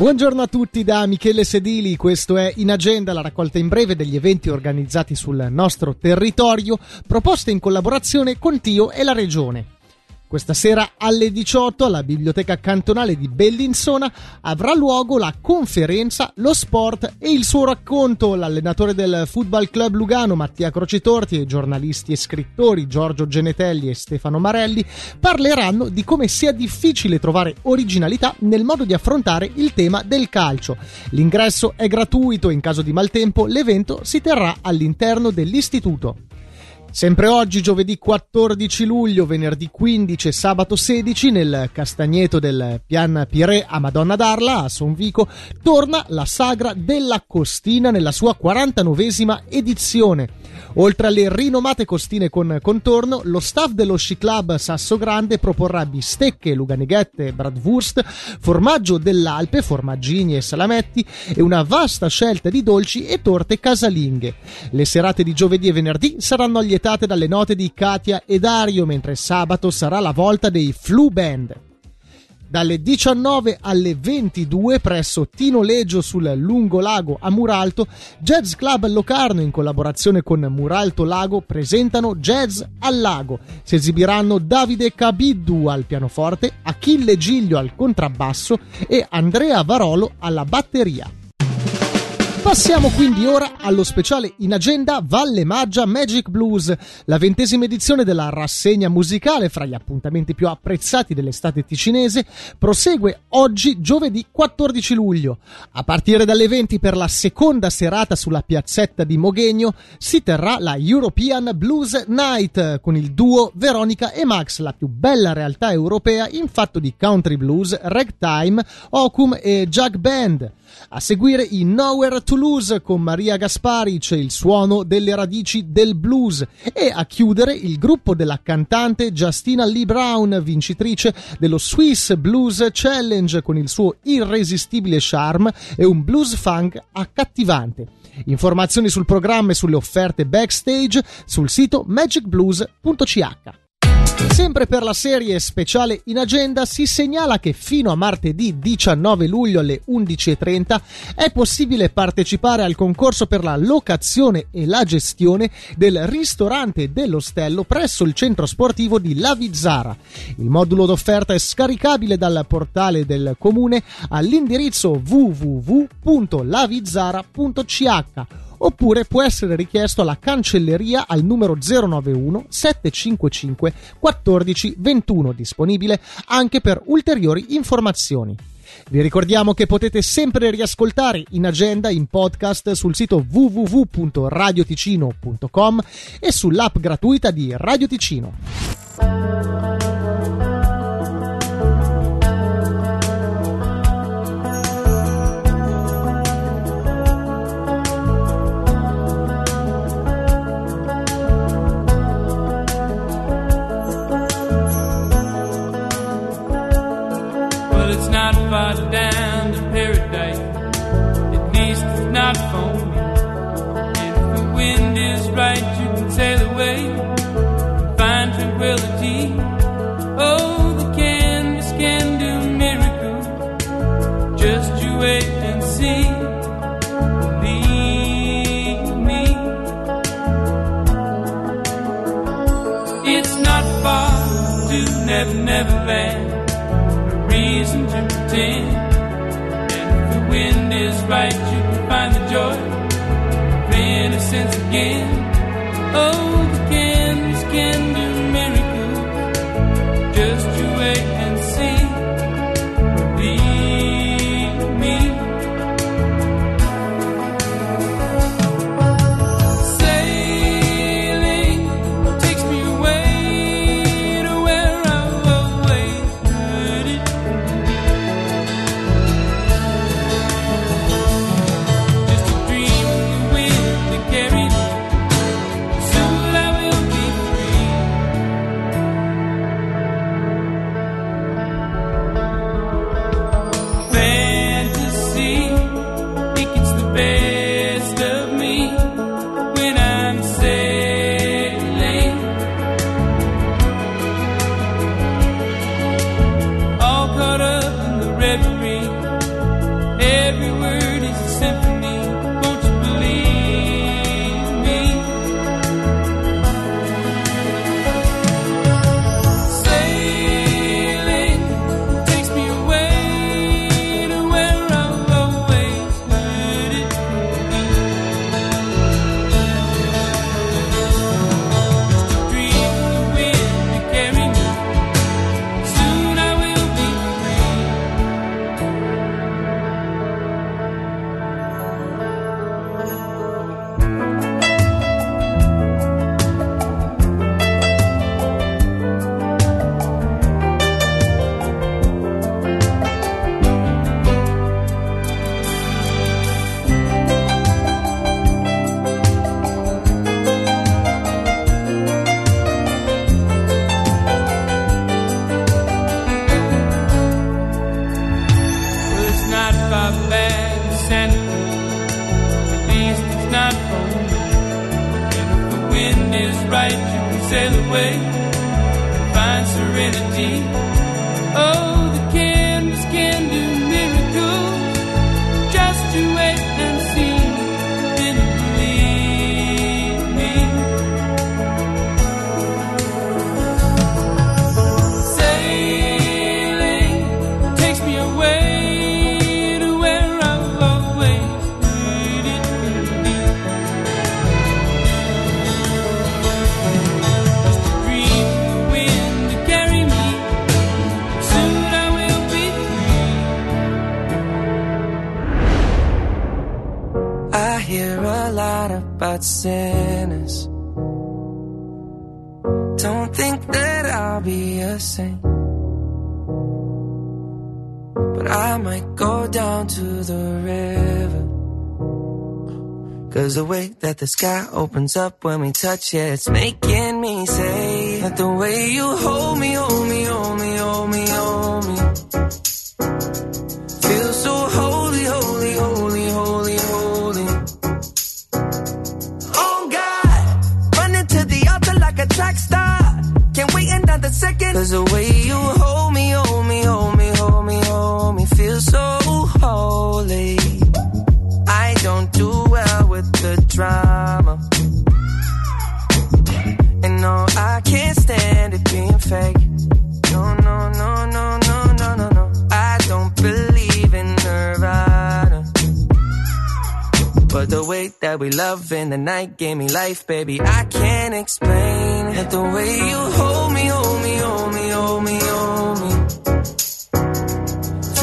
Buongiorno a tutti da Michele Sedili, questo è In Agenda, la raccolta in breve degli eventi organizzati sul nostro territorio, proposte in collaborazione con Tio e la Regione. Questa sera alle 18 alla Biblioteca Cantonale di Bellinzona avrà luogo la conferenza Lo sport e il suo racconto. L'allenatore del Football Club Lugano Mattia Crocetorti e i giornalisti e scrittori Giorgio Genetelli e Stefano Marelli parleranno di come sia difficile trovare originalità nel modo di affrontare il tema del calcio. L'ingresso è gratuito e in caso di maltempo l'evento si terrà all'interno dell'istituto. Sempre oggi, giovedì 14 luglio, venerdì 15 e sabato 16, nel Castagneto del Pian Pirè a Madonna d'Arla, a Sonvico, torna la Sagra della Costina nella sua 49esima edizione. Oltre alle rinomate costine con contorno, lo staff dello Sci Club Sasso Grande proporrà bistecche, luganighette, bratwurst, formaggio dell'Alpe, formaggini e salametti e una vasta scelta di dolci e torte casalinghe. Le serate di giovedì e venerdì saranno allietate dalle note di Katia e Dario, mentre sabato sarà la volta dei Flu Band. Dalle 19 alle 22 presso Tino Leggio sul Lungolago a Muralto, Jazz Club Locarno in collaborazione con Muralto Lago presentano Jazz al Lago. Si esibiranno Davide Cabiddu al pianoforte, Achille Giglio al contrabbasso e Andrea Varolo alla batteria. Passiamo quindi ora allo speciale In Agenda Valle Maggia Magic Blues, la 20ª edizione della rassegna musicale fra gli appuntamenti più apprezzati dell'estate ticinese, prosegue oggi giovedì 14 luglio. A partire dalle 20 per la seconda serata sulla piazzetta di Moghegno si terrà la European Blues Night con il duo Veronica e Max, la più bella realtà europea in fatto di country blues, ragtime, Ocum e jug band. A seguire i Nowhere to Lose con Maria Gasparic, il suono delle radici del blues, e a chiudere il gruppo della cantante Justina Lee Brown, vincitrice dello Swiss Blues Challenge con il suo irresistibile charme e un blues funk accattivante. Informazioni sul programma e sulle offerte backstage sul sito magicblues.ch. Sempre per la serie speciale In Agenda si segnala che fino a martedì 19 luglio alle 11:30 è possibile partecipare al concorso per la locazione e la gestione del ristorante dell'Ostello presso il centro sportivo di Lavizzara. Il modulo d'offerta è scaricabile dal portale del comune all'indirizzo www.lavizzara.ch oppure può essere richiesto alla cancelleria al numero 091 755 14 21, disponibile anche per ulteriori informazioni. Vi ricordiamo che potete sempre riascoltare In Agenda in podcast sul sito www.radioticino.com e sull'app gratuita di Radio Ticino. Farther down to paradise, at least it's not for me. And if the wind is right, you can sail away and find tranquility. Oh, the canvas can do miracles. Just you wait and see. Believe me, it's not far to Never Land. Reason to pretend, and if the wind is right, you can find the joy of innocence again. Oh, the canvas can do miracles. Just you wait and see. Believe me. Sailing takes me away to where I've always heard it. Just a dream of the wind that carried me. Soon I will be free. Fantasy, think it's the best of me when I'm sailing. All caught up in the reverie, every word is a symphony. Won't you believe me? Sailing takes me away to where I've always heard it be. Just a dream of the wind to carry me. Soon I will be free. Well, it's not far back to Santa Cruz. At least it's not for me. And if the wind is right, you can sail away and find serenity. Oh, the canvas can do miracles. Just you wait and see. Then you believe me. Sailing takes me away to where I've always needed to be. Just a dream of the wind to carry me. Soon I will be free. I hear a lot about sinners. Don't think that I'll be a saint, but I might go down to the river. 'Cause the way that the sky opens up when we touch it, it's making me say that the way you hold me, hold me, hold me, hold me, hold me, feels so holy, holy, holy, holy, holy. Oh God, running to the altar like a track star. Can't wait another second. 'Cause the way you hold me, hold me, hold me, hold me, hold me, feels so holy. I don't do well with the drama, and no, I can't stand it being fake. No, no, no, no, no, no, no, no. I don't believe in Nirvana, but the way that we love in the night gave me life, baby. I can't explain that the way you hold me, hold me.